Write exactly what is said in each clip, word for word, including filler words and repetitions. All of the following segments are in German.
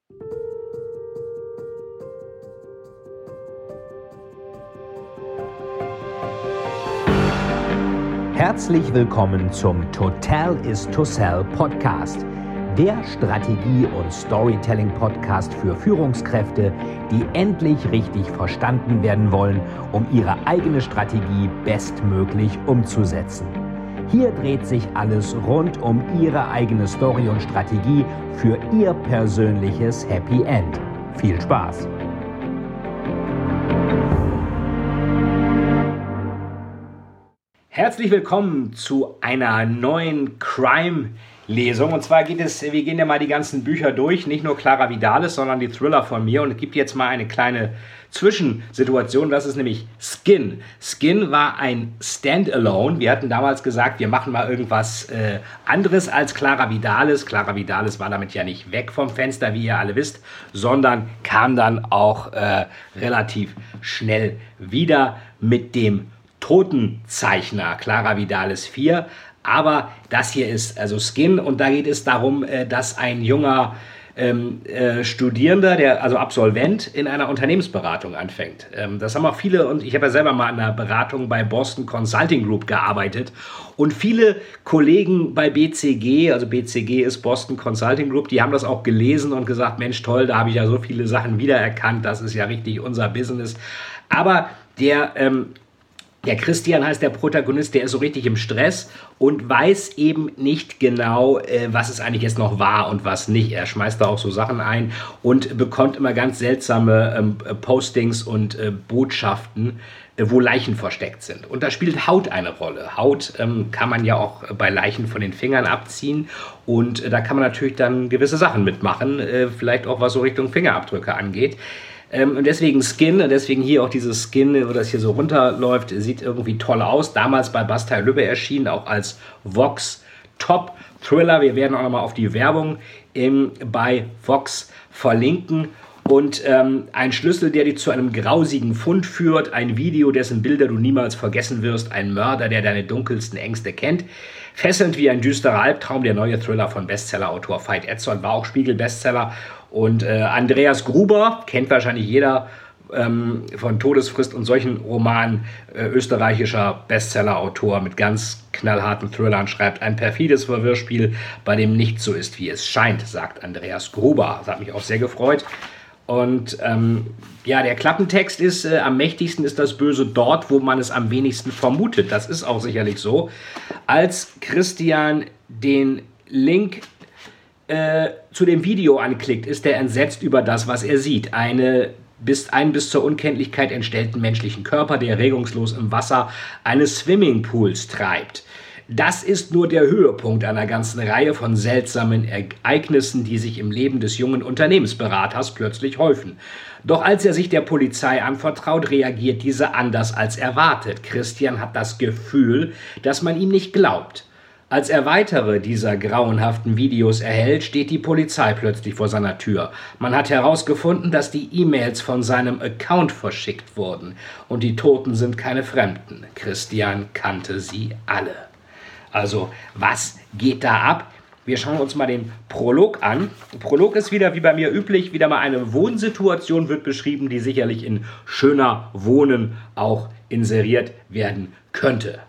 Herzlich willkommen zum Total is to Sell Podcast, der Strategie- und Storytelling-Podcast für Führungskräfte, die endlich richtig verstanden werden wollen, um ihre eigene Strategie bestmöglich umzusetzen. Hier dreht sich alles rund um ihre eigene Story und Strategie für ihr persönliches Happy End. Viel Spaß! Herzlich willkommen zu einer neuen Crime-Lesung. Und zwar geht es, wir gehen ja mal die ganzen Bücher durch, nicht nur Clara Vidalis, sondern die Thriller von mir. Und es gibt jetzt mal eine kleine Zwischensituation, das ist nämlich Skin. Skin war ein Standalone. Wir hatten damals gesagt, wir machen mal irgendwas äh, anderes als Clara Vidalis. Clara Vidalis war damit ja nicht weg vom Fenster, wie ihr alle wisst, sondern kam dann auch äh, relativ schnell wieder mit dem Totenzeichner Clara Vidalis vier, aber das hier ist also Skin und da geht es darum, dass ein junger ähm, äh, Studierender, der also Absolvent in einer Unternehmensberatung anfängt. Ähm, das haben auch viele und ich habe ja selber mal in einer Beratung bei Boston Consulting Group gearbeitet und viele Kollegen bei B C G, also B C G ist Boston Consulting Group, die haben das auch gelesen und gesagt, Mensch toll, da habe ich ja so viele Sachen wiedererkannt, das ist ja richtig unser Business. Aber der ähm, Der Christian heißt der Protagonist, der ist so richtig im Stress und weiß eben nicht genau, äh, was es eigentlich jetzt noch war und was nicht. Er schmeißt da auch so Sachen ein und bekommt immer ganz seltsame ähm, Postings und äh, Botschaften, äh, wo Leichen versteckt sind. Und da spielt Haut eine Rolle. Haut ähm, kann man ja auch bei Leichen von den Fingern abziehen und äh, da kann man natürlich dann gewisse Sachen mitmachen, äh, vielleicht auch was so Richtung Fingerabdrücke angeht. Ähm, und deswegen Skin, und deswegen hier auch dieses Skin, wo das hier so runterläuft, sieht irgendwie toll aus. Damals bei Bastei Lübbe erschienen, auch als Vox Top Thriller. Wir werden auch nochmal auf die Werbung im, bei Vox verlinken. Und ähm, ein Schlüssel, der dich zu einem grausigen Fund führt, ein Video, dessen Bilder du niemals vergessen wirst, ein Mörder, der deine dunkelsten Ängste kennt. Fesselnd wie ein düsterer Albtraum, der neue Thriller von Bestsellerautor Veit Edson, war auch Spiegel-Bestseller. Und äh, Andreas Gruber, kennt wahrscheinlich jeder ähm, von Todesfrist und solchen Romanen, äh, österreichischer Bestsellerautor mit ganz knallharten Thrillern, schreibt ein perfides Verwirrspiel, bei dem nichts so ist, wie es scheint, sagt Andreas Gruber. Das hat mich auch sehr gefreut. Und ähm, ja, der Klappentext ist, äh, am mächtigsten ist das Böse dort, wo man es am wenigsten vermutet. Das ist auch sicherlich so. Als Christian den Link äh, zu dem Video anklickt, ist er entsetzt über das, was er sieht. Eine bis, einen bis zur Unkenntlichkeit entstellten menschlichen Körper, der regungslos im Wasser eines Swimmingpools treibt. Das ist nur der Höhepunkt einer ganzen Reihe von seltsamen Ereignissen, die sich im Leben des jungen Unternehmensberaters plötzlich häufen. Doch als er sich der Polizei anvertraut, reagiert diese anders als erwartet. Christian hat das Gefühl, dass man ihm nicht glaubt. Als er weitere dieser grauenhaften Videos erhält, steht die Polizei plötzlich vor seiner Tür. Man hat herausgefunden, dass die E-Mails von seinem Account verschickt wurden. Und die Toten sind keine Fremden. Christian kannte sie alle. Also, was geht da ab? Wir schauen uns mal den Prolog an. Der Prolog ist wieder, wie bei mir üblich, wieder mal eine Wohnsituation wird beschrieben, die sicherlich in Schöner Wohnen auch inseriert werden könnte.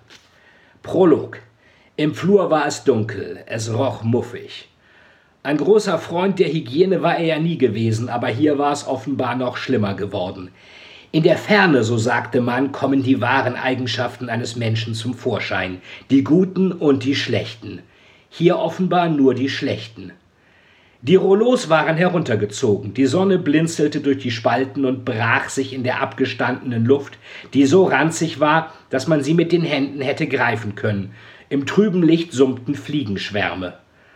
Prolog. Im Flur war es dunkel, es roch muffig. Ein großer Freund der Hygiene war er ja nie gewesen, aber hier war es offenbar noch schlimmer geworden. In der Ferne, so sagte man, kommen die wahren Eigenschaften eines Menschen zum Vorschein, die guten und die schlechten. Hier offenbar nur die schlechten. Die Rollos waren heruntergezogen, die Sonne blinzelte durch die Spalten und brach sich in der abgestandenen Luft, die so ranzig war, dass man sie mit den Händen hätte greifen können. Im trüben Licht summten Fliegenschwärme.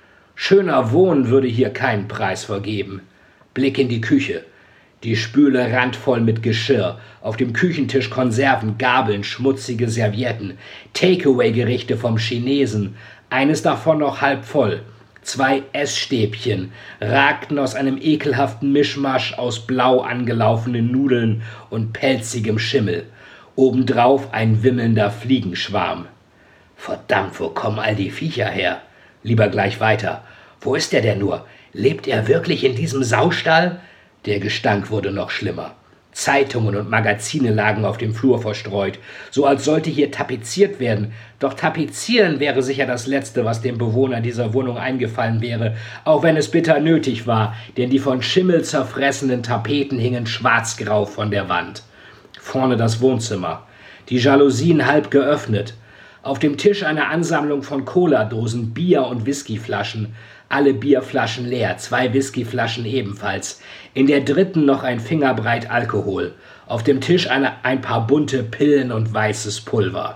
Schöner Wohnen würde hier keinen Preis vergeben. Blick in die Küche. Die Spüle randvoll mit Geschirr, auf dem Küchentisch Konserven, Gabeln, schmutzige Servietten, Takeaway-Gerichte vom Chinesen, eines davon noch halb voll. Zwei Essstäbchen ragten aus einem ekelhaften Mischmasch aus blau angelaufenen Nudeln und pelzigem Schimmel. Obendrauf ein wimmelnder Fliegenschwarm. Verdammt, wo kommen all die Viecher her? Lieber gleich weiter. Wo ist er denn nur? Lebt er wirklich in diesem Saustall? Der Gestank wurde noch schlimmer. Zeitungen und Magazine lagen auf dem Flur verstreut, so als sollte hier tapeziert werden. Doch tapezieren wäre sicher das Letzte, was dem Bewohner dieser Wohnung eingefallen wäre, auch wenn es bitter nötig war, denn die von Schimmel zerfressenen Tapeten hingen schwarzgrau von der Wand. Vorne das Wohnzimmer, die Jalousien halb geöffnet, auf dem Tisch eine Ansammlung von Cola-Dosen, Bier- und Whiskyflaschen, alle Bierflaschen leer, zwei Whiskyflaschen ebenfalls, in der dritten noch ein Fingerbreit Alkohol, auf dem Tisch eine, ein paar bunte Pillen und weißes Pulver.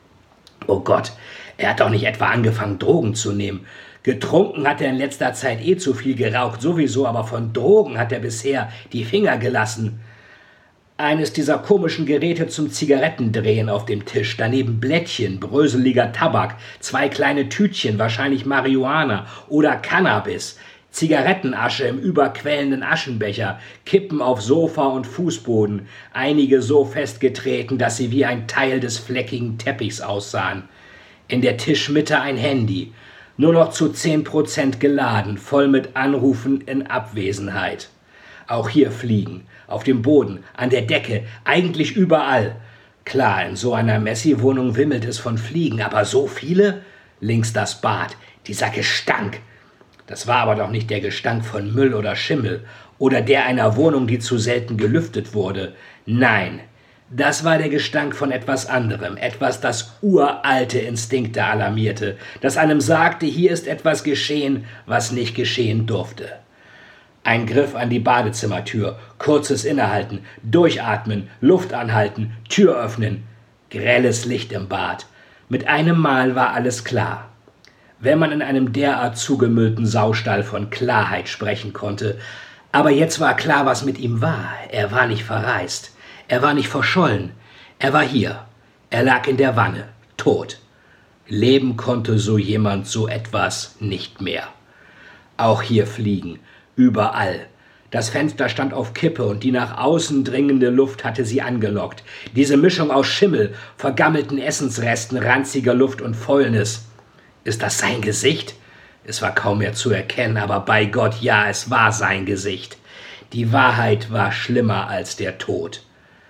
Oh Gott, er hat doch nicht etwa angefangen, Drogen zu nehmen. Getrunken hat er in letzter Zeit eh zu viel, geraucht sowieso, aber von Drogen hat er bisher die Finger gelassen. Eines dieser komischen Geräte zum Zigarettendrehen auf dem Tisch, daneben Blättchen, bröseliger Tabak, zwei kleine Tütchen, wahrscheinlich Marihuana oder Cannabis, Zigarettenasche im überquellenden Aschenbecher, Kippen auf Sofa und Fußboden, einige so festgetreten, dass sie wie ein Teil des fleckigen Teppichs aussahen. In der Tischmitte ein Handy, nur noch zu zehn Prozent geladen, voll mit Anrufen in Abwesenheit. Auch hier Fliegen. Auf dem Boden, an der Decke, eigentlich überall. Klar, in so einer Messi-Wohnung wimmelt es von Fliegen, aber so viele? Links das Bad, dieser Gestank. Das war aber doch nicht der Gestank von Müll oder Schimmel oder der einer Wohnung, die zu selten gelüftet wurde. Nein, das war der Gestank von etwas anderem, etwas, das uralte Instinkte alarmierte, das einem sagte, hier ist etwas geschehen, was nicht geschehen durfte. Ein Griff an die Badezimmertür, kurzes Innehalten, Durchatmen, Luft anhalten, Tür öffnen. Grelles Licht im Bad. Mit einem Mal war alles klar. Wenn man in einem derart zugemüllten Saustall von Klarheit sprechen konnte. Aber jetzt war klar, was mit ihm war. Er war nicht verreist. Er war nicht verschollen. Er war hier. Er lag in der Wanne, tot. Leben konnte so jemand so etwas nicht mehr. Auch hier Fliegen. Überall. Das Fenster stand auf Kippe und die nach außen dringende Luft hatte sie angelockt. Diese Mischung aus Schimmel, vergammelten Essensresten, ranziger Luft und Fäulnis. Ist das sein Gesicht? Es war kaum mehr zu erkennen, aber bei Gott, ja, es war sein Gesicht. Die Wahrheit war schlimmer als der Tod.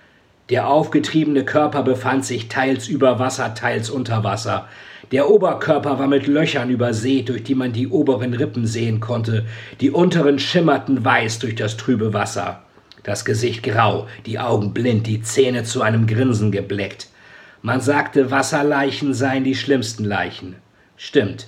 Der aufgetriebene Körper befand sich teils über Wasser, teils unter Wasser. Der Oberkörper war mit Löchern übersät, durch die man die oberen Rippen sehen konnte. Die unteren schimmerten weiß durch das trübe Wasser. Das Gesicht grau, die Augen blind, die Zähne zu einem Grinsen gebleckt. Man sagte, Wasserleichen seien die schlimmsten Leichen. Stimmt.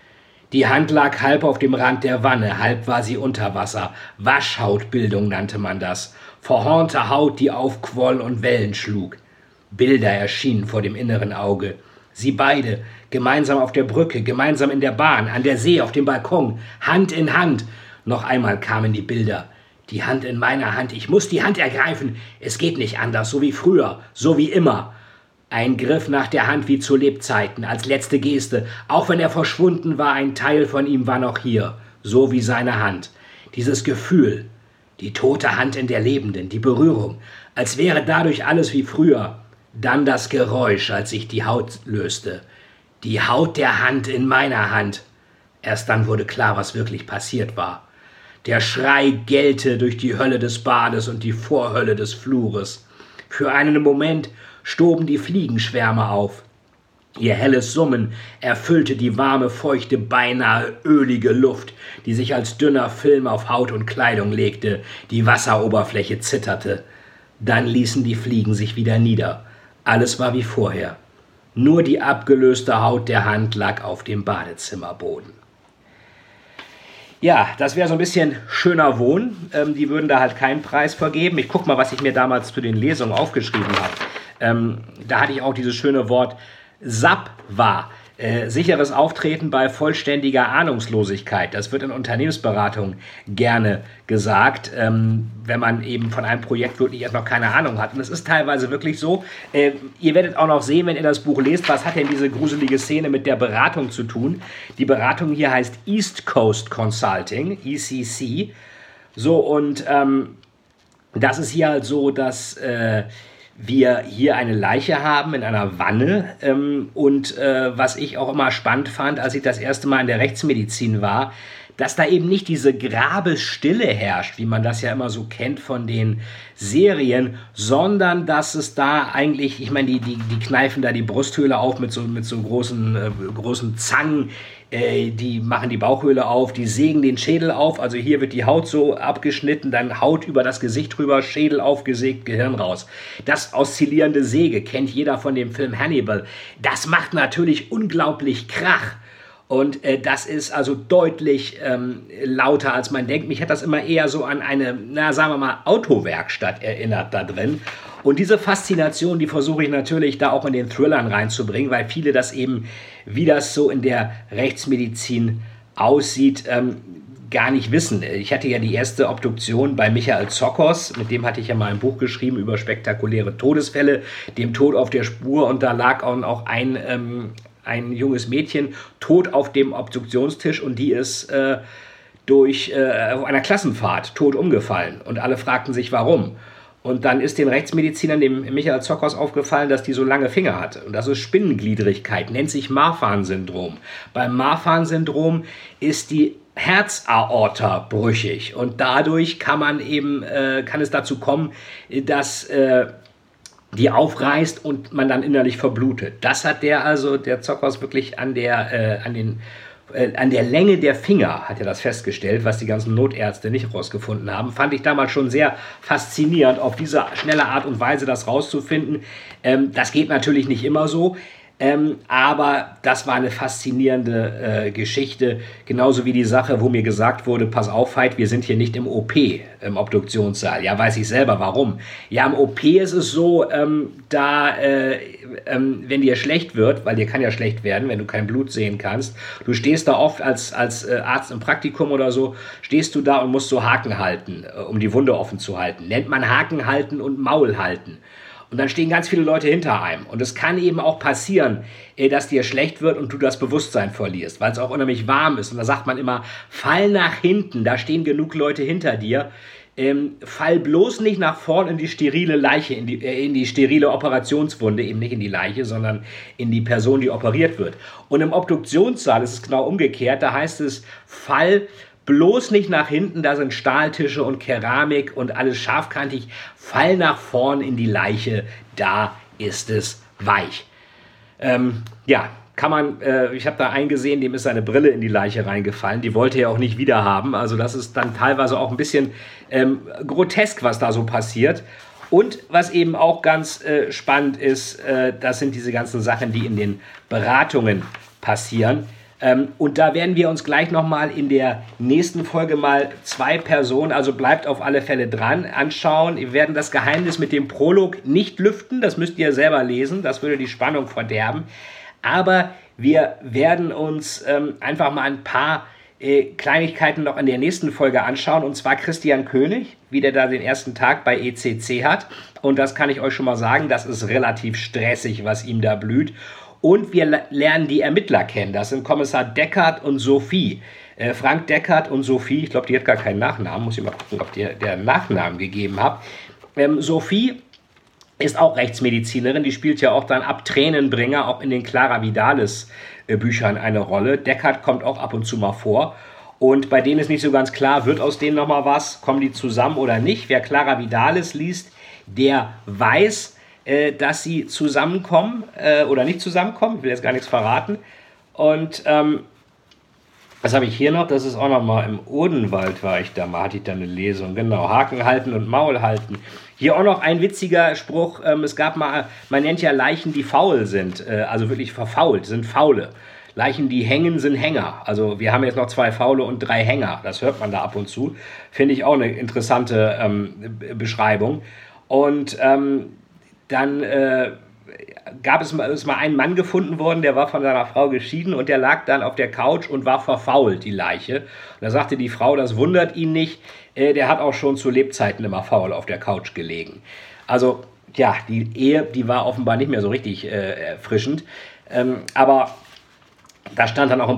Die Hand lag halb auf dem Rand der Wanne, halb war sie unter Wasser. Waschhautbildung nannte man das. Verhornte Haut, die aufquoll und Wellen schlug. Bilder erschienen vor dem inneren Auge. Sie beide, gemeinsam auf der Brücke, gemeinsam in der Bahn, an der See, auf dem Balkon, Hand in Hand. Noch einmal kamen die Bilder. Die Hand in meiner Hand, ich muss die Hand ergreifen. Es geht nicht anders, so wie früher, so wie immer. Ein Griff nach der Hand wie zu Lebzeiten, als letzte Geste. Auch wenn er verschwunden war, ein Teil von ihm war noch hier, so wie seine Hand. Dieses Gefühl, die tote Hand in der Lebenden, die Berührung, als wäre dadurch alles wie früher. Dann das Geräusch, als sich die Haut löste. Die Haut der Hand in meiner Hand. Erst dann wurde klar, was wirklich passiert war. Der Schrei gellte durch die Hölle des Bades und die Vorhölle des Flures. Für einen Moment stoben die Fliegenschwärme auf. Ihr helles Summen erfüllte die warme, feuchte, beinahe ölige Luft, die sich als dünner Film auf Haut und Kleidung legte. Die Wasseroberfläche zitterte. Dann ließen die Fliegen sich wieder nieder. Alles war wie vorher. Nur die abgelöste Haut der Hand lag auf dem Badezimmerboden. Ja, das wäre so ein bisschen schöner Wohnen. Ähm, die würden da halt keinen Preis vergeben. Ich gucke mal, was ich mir damals zu den Lesungen aufgeschrieben habe. Ähm, da hatte ich auch dieses schöne Wort S A P war. Äh, sicheres Auftreten bei vollständiger Ahnungslosigkeit. Das wird in Unternehmensberatung gerne gesagt, ähm, wenn man eben von einem Projekt wirklich erst noch keine Ahnung hat. Und es ist teilweise wirklich so. Äh, ihr werdet auch noch sehen, wenn ihr das Buch lest, was hat denn diese gruselige Szene mit der Beratung zu tun. Die Beratung hier heißt East Coast Consulting, E C C. So, und ähm, das ist hier halt so, dass Äh, wir hier eine Leiche haben in einer Wanne ähm, und äh, was ich auch immer spannend fand, als ich das erste Mal in der Rechtsmedizin war, dass da eben nicht diese Grabesstille herrscht, wie man das ja immer so kennt von den Serien, sondern dass es da eigentlich, ich meine, die, die, die kneifen da die Brusthöhle auf mit so, mit so großen, äh, großen Zangen, äh, die machen die Bauchhöhle auf, die sägen den Schädel auf, also hier wird die Haut so abgeschnitten, dann Haut über das Gesicht drüber, Schädel aufgesägt, Gehirn raus. Das oszillierende Säge kennt jeder von dem Film Hannibal. Das macht natürlich unglaublich Krach. Und äh, das ist also deutlich ähm, lauter, als man denkt. Mich hat das immer eher so an eine, na sagen wir mal, Autowerkstatt erinnert da drin. Und diese Faszination, die versuche ich natürlich da auch in den Thrillern reinzubringen, weil viele das eben, wie das so in der Rechtsmedizin aussieht, ähm, gar nicht wissen. Ich hatte ja die erste Obduktion bei Michael Zokos, mit dem hatte ich ja mal ein Buch geschrieben über spektakuläre Todesfälle, dem Tod auf der Spur, und da lag auch ein... Ähm, ein junges Mädchen tot auf dem Obduktionstisch, und die ist äh, durch äh, auf einer Klassenfahrt tot umgefallen, und alle fragten sich, warum. Und dann ist den Rechtsmedizinern, dem Michael Zokos, aufgefallen, dass die so lange Finger hatte. Und das ist Spinnengliedrigkeit, nennt sich Marfan-Syndrom. Beim Marfan-Syndrom ist die Herzaorta brüchig, und dadurch kann man eben, äh, kann es dazu kommen, dass äh, die aufreißt und man dann innerlich verblutet. Das hat der also, der Zokos, wirklich an der, äh, an den, äh, an der Länge der Finger hat er das festgestellt, was die ganzen Notärzte nicht rausgefunden haben. Fand ich damals schon sehr faszinierend, auf diese schnelle Art und Weise das rauszufinden. Ähm, das geht natürlich nicht immer so. Ähm, aber das war eine faszinierende äh, Geschichte, genauso wie die Sache, wo mir gesagt wurde, pass auf, Veit, wir sind hier nicht im O P, im Obduktionssaal. Ja, weiß ich selber, warum. Ja, im O P ist es so, ähm, da, äh, ähm, wenn dir schlecht wird, weil dir kann ja schlecht werden, wenn du kein Blut sehen kannst, du stehst da oft als, als äh, Arzt im Praktikum oder so, stehst du da und musst so Haken halten, äh, um die Wunde offen zu halten. Nennt man Haken halten und Maul halten. Und dann stehen ganz viele Leute hinter einem. Und es kann eben auch passieren, dass dir schlecht wird und du das Bewusstsein verlierst, weil es auch unheimlich warm ist. Und da sagt man immer, fall nach hinten, da stehen genug Leute hinter dir. Ähm, fall bloß nicht nach vorn in die sterile Leiche, in die, äh, in die sterile Operationswunde, eben nicht in die Leiche, sondern in die Person, die operiert wird. Und im Obduktionssaal ist es genau umgekehrt. Da heißt es, fall bloß nicht nach hinten, da sind Stahltische und Keramik und alles scharfkantig. Fall nach vorn in die Leiche, da ist es weich. Ähm, ja, kann man, äh, ich habe da einen gesehen, dem ist seine Brille in die Leiche reingefallen. Die wollte er auch nicht wieder haben. Also das ist dann teilweise auch ein bisschen ähm, grotesk, was da so passiert. Und was eben auch ganz äh, spannend ist, äh, das sind diese ganzen Sachen, die in den Beratungen passieren. Ähm, und da werden wir uns gleich nochmal in der nächsten Folge mal zwei Personen, also bleibt auf alle Fälle dran, anschauen. Wir werden das Geheimnis mit dem Prolog nicht lüften, das müsst ihr selber lesen, das würde die Spannung verderben. Aber wir werden uns ähm, einfach mal ein paar äh, Kleinigkeiten noch in der nächsten Folge anschauen. Und zwar Christian König, wie der da den ersten Tag bei E C C hat. Und das kann ich euch schon mal sagen, das ist relativ stressig, was ihm da blüht. Und wir lernen die Ermittler kennen. Das sind Kommissar Deckard und Sophie. Äh, Frank Deckard und Sophie, ich glaube, die hat gar keinen Nachnamen. Muss ich mal gucken, ob die der Nachnamen gegeben hat. Ähm, Sophie ist auch Rechtsmedizinerin. Die spielt ja auch dann ab Tränenbringer auch in den Clara Vidalis äh, Büchern eine Rolle. Deckard kommt auch ab und zu mal vor. Und bei denen ist nicht so ganz klar, wird aus denen nochmal was? Kommen die zusammen oder nicht? Wer Clara Vidalis liest, der weiß, Äh, dass sie zusammenkommen äh, oder nicht zusammenkommen. Ich will jetzt gar nichts verraten. Und ähm, was habe ich hier noch? Das ist auch noch mal im Odenwald war ich da mal, hatte ich da eine Lesung. Genau, Haken halten und Maul halten. Hier auch noch ein witziger Spruch. Ähm, es gab mal, man nennt ja Leichen, die faul sind, äh, also wirklich verfault, sind Faule. Leichen, die hängen, sind Hänger. Also wir haben jetzt noch zwei Faule und drei Hänger. Das hört man da ab und zu. Finde ich auch eine interessante ähm, Beschreibung. Und ähm, Dann äh, gab es mal, ist mal ein Mann gefunden worden, der war von seiner Frau geschieden und der lag dann auf der Couch und war verfault, die Leiche. Und da sagte die Frau, das wundert ihn nicht, äh, der hat auch schon zu Lebzeiten immer faul auf der Couch gelegen. Also ja, die Ehe, die war offenbar nicht mehr so richtig äh, erfrischend. Ähm, aber da stand dann auch im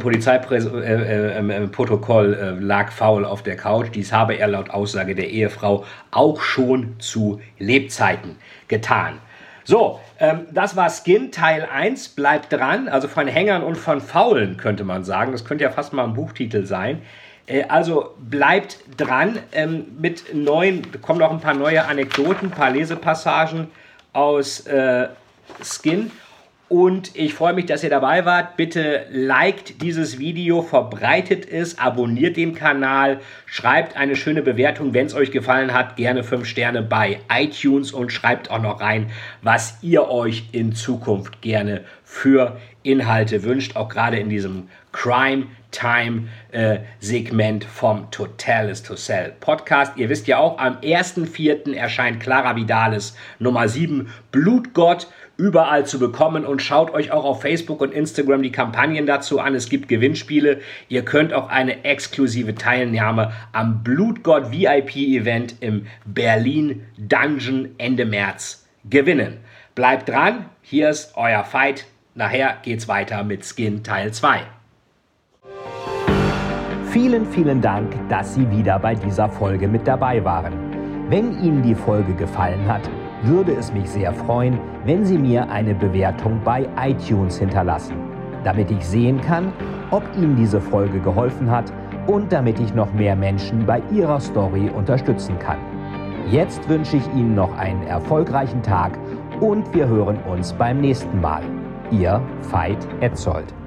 Polizeiprotokoll, äh, äh, lag faul auf der Couch. Dies habe er laut Aussage der Ehefrau auch schon zu Lebzeiten getan. So, ähm, das war Skin Teil eins. Bleibt dran. Also von Hängern und von Faulen könnte man sagen. Das könnte ja fast mal ein Buchtitel sein. Äh, also bleibt dran. Ähm, mit neuen, kommen noch ein paar neue Anekdoten, ein paar Lesepassagen aus äh, Skin. Und ich freue mich, dass ihr dabei wart. Bitte liked dieses Video, verbreitet es, abonniert den Kanal, schreibt eine schöne Bewertung, wenn es euch gefallen hat. Gerne fünf Sterne bei iTunes und schreibt auch noch rein, was ihr euch in Zukunft gerne für Inhalte wünscht. Auch gerade in diesem Crime Time äh, Segment vom Total is to Sell Podcast. Ihr wisst ja auch, am ersten vierten erscheint Clara Vidalis Nummer sieben, Blutgott, überall zu bekommen, und schaut euch auch auf Facebook und Instagram die Kampagnen dazu an. Es gibt Gewinnspiele. Ihr könnt auch eine exklusive Teilnahme am Blutgott V I P Event im Berlin Dungeon Ende März gewinnen. Bleibt dran, hier ist euer Fight. Nachher geht's weiter mit Skin Teil zwei. Vielen, vielen Dank, dass Sie wieder bei dieser Folge mit dabei waren. Wenn Ihnen die Folge gefallen hat, würde es mich sehr freuen, wenn Sie mir eine Bewertung bei iTunes hinterlassen, damit ich sehen kann, ob Ihnen diese Folge geholfen hat und damit ich noch mehr Menschen bei ihrer Story unterstützen kann. Jetzt wünsche ich Ihnen noch einen erfolgreichen Tag und wir hören uns beim nächsten Mal. Ihr Veit Etzold.